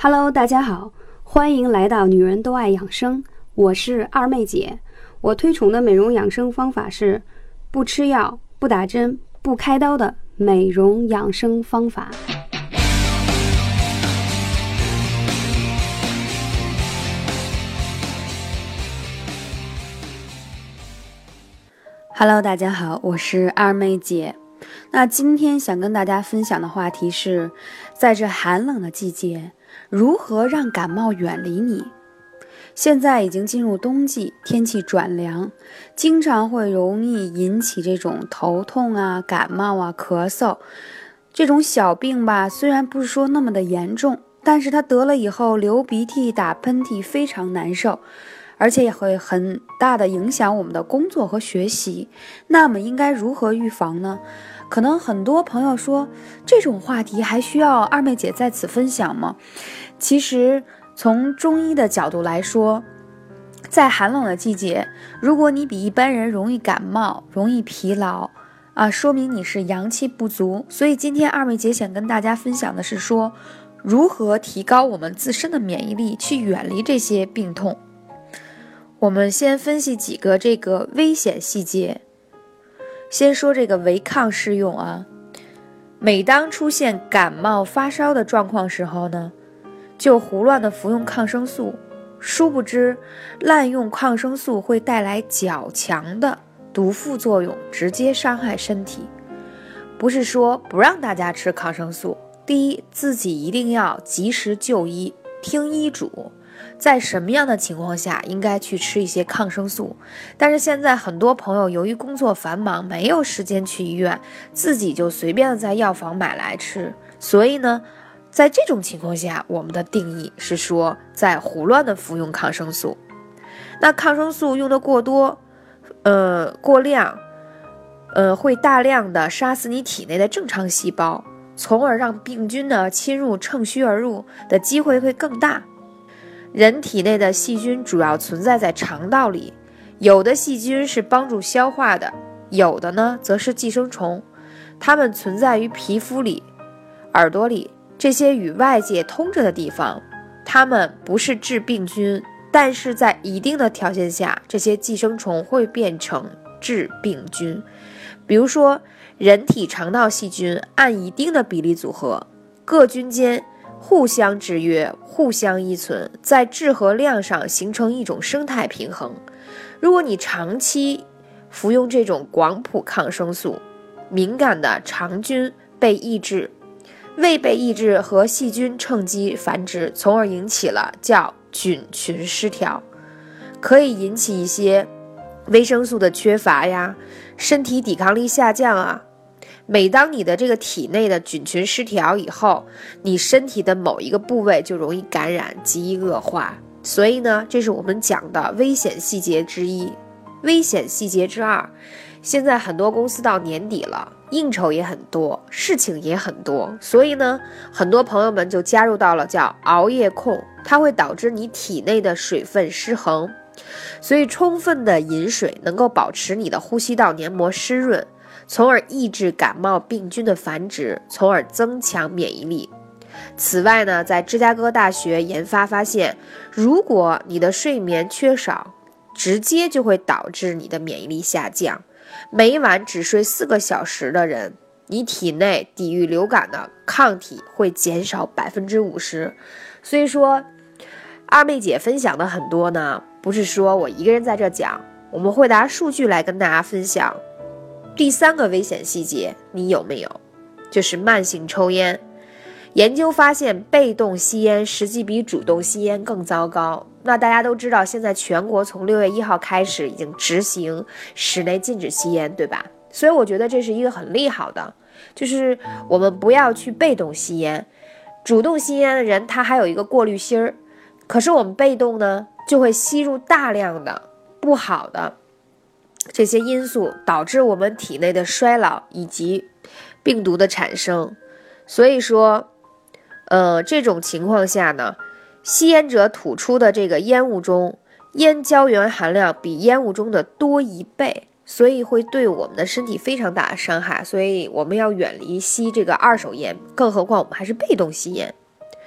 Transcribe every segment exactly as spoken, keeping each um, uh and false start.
Hello， 大家好，欢迎来到女人都爱养生，我是二妹姐。我推崇的美容养生方法是不吃药、不打针、不开刀的美容养生方法。Hello， 大家好，我是二妹姐。那今天想跟大家分享的话题是，在这寒冷的季节，如何让感冒远离你？现在已经进入冬季，天气转凉，经常会容易引起这种头痛啊、感冒啊、咳嗽。这种小病吧，虽然不是说那么的严重，但是它得了以后流鼻涕、打喷嚏非常难受，而且也会很大的影响我们的工作和学习。那么应该如何预防呢？可能很多朋友说，这种话题还需要二妹姐在此分享吗？其实从中医的角度来说，在寒冷的季节，如果你比一般人容易感冒、容易疲劳啊，说明你是阳气不足。所以今天二妹姐想跟大家分享的是说，如何提高我们自身的免疫力，去远离这些病痛。我们先分析几个这个危险细节。先说这个违抗适用啊，每当出现感冒发烧的状况时候呢，就胡乱的服用抗生素，殊不知滥用抗生素会带来较强的毒副作用，直接伤害身体。不是说不让大家吃抗生素，第一，自己一定要及时就医，听医嘱，在什么样的情况下应该去吃一些抗生素。但是现在很多朋友由于工作繁忙，没有时间去医院，自己就随便的在药房买来吃。所以呢，在这种情况下，我们的定义是说在胡乱的服用抗生素。那抗生素用的过多呃，过量呃，会大量的杀死你体内的正常细胞，从而让病菌呢侵入趁虚而入的机会会更大。人体内的细菌主要存在在肠道里，有的细菌是帮助消化的，有的呢则是寄生虫，它们存在于皮肤里、耳朵里这些与外界通着的地方。它们不是致病菌，但是在一定的条件下，这些寄生虫会变成致病菌。比如说人体肠道细菌按一定的比例组合，各菌间互相制约，互相依存，在质和量上形成一种生态平衡。如果你长期服用这种广谱抗生素，敏感的肠菌被抑制，未被抑制和细菌趁机繁殖，从而引起了叫菌群失调，可以引起一些维生素的缺乏呀，身体抵抗力下降啊。每当你的这个体内的菌群失调以后，你身体的某一个部位就容易感染，极易恶化。所以呢，这是我们讲的危险细节之一。危险细节之二，现在很多公司到年底了，应酬也很多，事情也很多，所以呢，很多朋友们就加入到了叫熬夜控，它会导致你体内的水分失衡。所以充分的饮水能够保持你的呼吸道黏膜湿润，从而抑制感冒病菌的繁殖，从而增强免疫力。此外呢，在芝加哥大学研发发现，如果你的睡眠缺少，直接就会导致你的免疫力下降。每晚只睡四个小时的人，你体内抵御流感的抗体会减少 百分之五十。 所以说二妹姐分享的很多呢，不是说我一个人在这讲，我们会拿数据来跟大家分享。第三个危险细节，你有没有？就是慢性抽烟。研究发现，被动吸烟实际比主动吸烟更糟糕。那大家都知道，现在全国从六月一号开始已经执行室内禁止吸烟，对吧？所以我觉得这是一个很利好的，就是我们不要去被动吸烟。主动吸烟的人，他还有一个过滤芯儿，可是我们被动呢，就会吸入大量的不好的这些因素，导致我们体内的衰老以及病毒的产生。所以说呃，这种情况下呢，吸烟者吐出的这个烟雾中，烟胶原含量比烟雾中的多一倍，所以会对我们的身体非常大的伤害。所以我们要远离吸这个二手烟，更何况我们还是被动吸烟。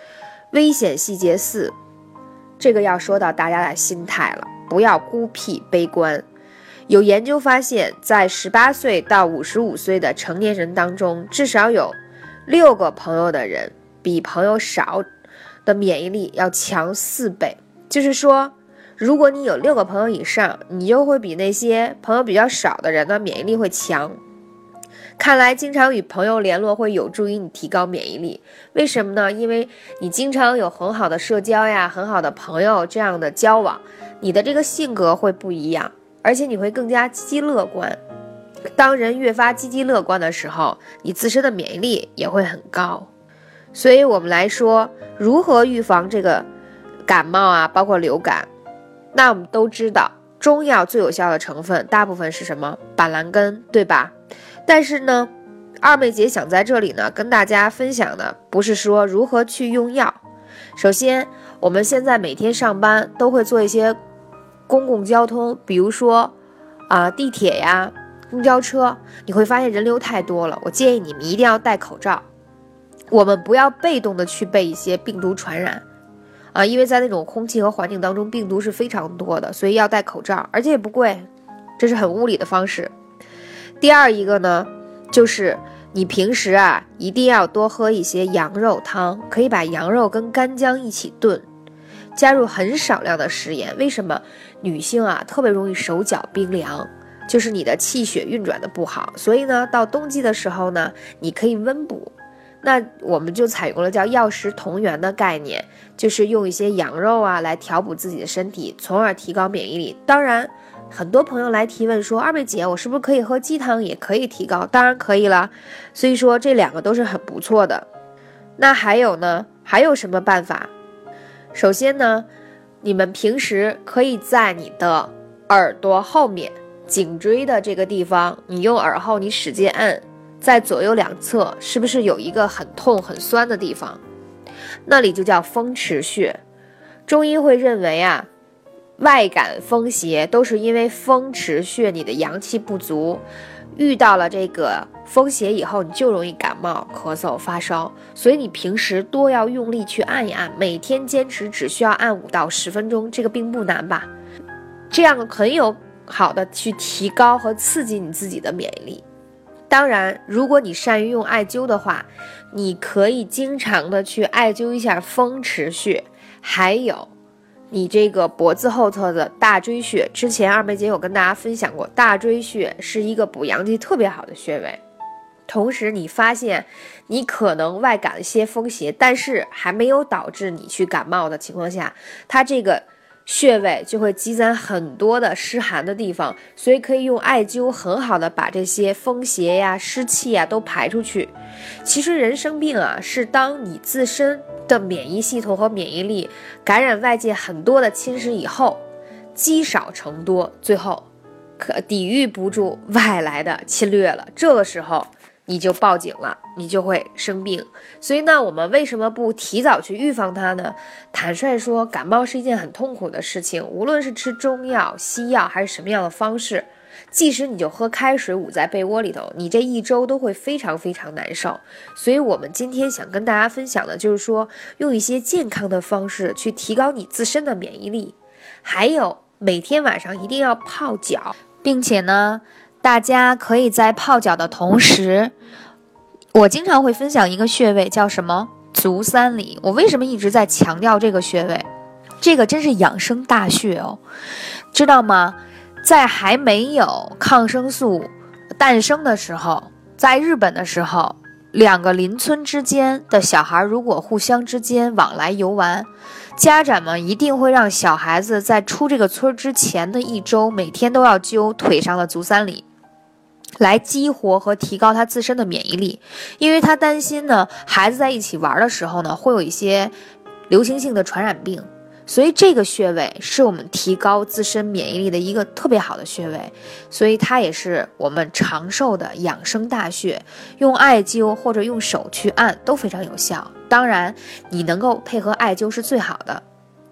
危险细节四，这个要说到大家的心态了，不要孤僻悲观。有研究发现，在十八岁到五十五岁的成年人当中，至少有六个朋友的人比朋友少的免疫力要强四倍。就是说，如果你有六个朋友以上，你就会比那些朋友比较少的人的免疫力会强。看来经常与朋友联络会有助于你提高免疫力。为什么呢？因为你经常有很好的社交呀，很好的朋友这样的交往，你的这个性格会不一样，而且你会更加积极乐观。当人越发积极乐观的时候，你自身的免疫力也会很高。所以我们来说，如何预防这个感冒啊，包括流感，那我们都知道中药最有效的成分大部分是什么？板蓝根，对吧？但是呢，二妹姐想在这里呢跟大家分享的不是说如何去用药。首先，我们现在每天上班都会坐一些公共交通，比如说啊地铁呀、公交车，你会发现人流太多了。我建议你们一定要戴口罩，我们不要被动的去被一些病毒传染啊，因为在那种空气和环境当中，病毒是非常多的，所以要戴口罩，而且也不贵，这是很物理的方式。第二一个呢，就是你平时啊一定要多喝一些羊肉汤，可以把羊肉跟干姜一起炖，加入很少量的食盐。为什么女性啊特别容易手脚冰凉？就是你的气血运转的不好，所以呢，到冬季的时候呢，你可以温补。那我们就采用了叫药食同源的概念，就是用一些羊肉啊来调补自己的身体，从而提高免疫力。当然，很多朋友来提问说，二妹姐，我是不是可以喝鸡汤也可以提高？当然可以了。所以说这两个都是很不错的。那还有呢？还有什么办法？首先呢，你们平时可以在你的耳朵后面颈椎的这个地方，你用耳后你使劲按，在左右两侧是不是有一个很痛很酸的地方？那里就叫风池穴。中医会认为啊，外感风邪都是因为风池穴你的阳气不足，遇到了这个风邪以后，你就容易感冒、咳嗽、发烧。所以你平时多要用力去按一按，每天坚持只需要按五到十分钟，这个并不难吧？这样很有好的去提高和刺激你自己的免疫力。当然，如果你善于用艾灸的话，你可以经常的去艾灸一下风池穴，还有你这个脖子后侧的大椎穴。之前二妹姐有跟大家分享过，大椎穴是一个补阳气特别好的穴位。同时你发现你可能外感一些风邪，但是还没有导致你去感冒的情况下，它这个穴位就会积攒很多的湿寒的地方，所以可以用艾灸很好的把这些风邪呀、湿气呀都排出去。其实人生病啊，是当你自身的免疫系统和免疫力感染外界很多的侵蚀以后，积少成多，最后可抵御不住外来的侵略了，这个时候你就报警了，你就会生病。所以呢，我们为什么不提早去预防它呢？坦率说，感冒是一件很痛苦的事情，无论是吃中药、西药还是什么样的方式，即使你就喝开水捂在被窝里头，你这一周都会非常非常难受。所以我们今天想跟大家分享的就是说，用一些健康的方式去提高你自身的免疫力。还有每天晚上一定要泡脚，并且呢，大家可以在泡脚的同时，我经常会分享一个穴位叫什么？足三里。我为什么一直在强调这个穴位？这个真是养生大穴哦，知道吗？在还没有抗生素诞生的时候，在日本的时候，两个邻村之间的小孩如果互相之间往来游玩，家长们一定会让小孩子在出这个村之前的一周，每天都要灸腿上的足三里，来激活和提高他自身的免疫力。因为他担心呢，孩子在一起玩的时候呢，会有一些流行性的传染病。所以这个穴位是我们提高自身免疫力的一个特别好的穴位，所以它也是我们长寿的养生大穴，用艾灸或者用手去按都非常有效。当然你能够配合艾灸是最好的。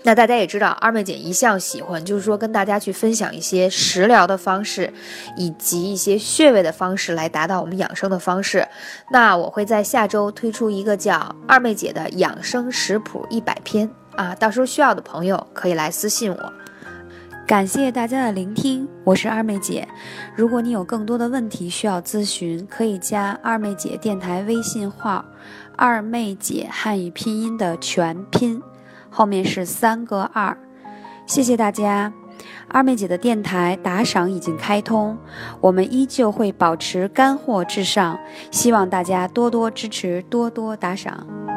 那大家也知道，二妹姐一向喜欢就是说跟大家去分享一些食疗的方式，以及一些穴位的方式来达到我们养生的方式。那我会在下周推出一个叫二妹姐的养生食谱一百篇啊，到时候需要的朋友可以来私信我。 感谢大家的聆听，我是二妹姐。如果你有更多的问题需要咨询，可以加二妹姐电台微信号，二妹姐汉语拼音的全拼，后面是三个二。谢谢大家。二妹姐的电台打赏已经开通，我们依旧会保持干货至上，希望大家多多支持，多多打赏。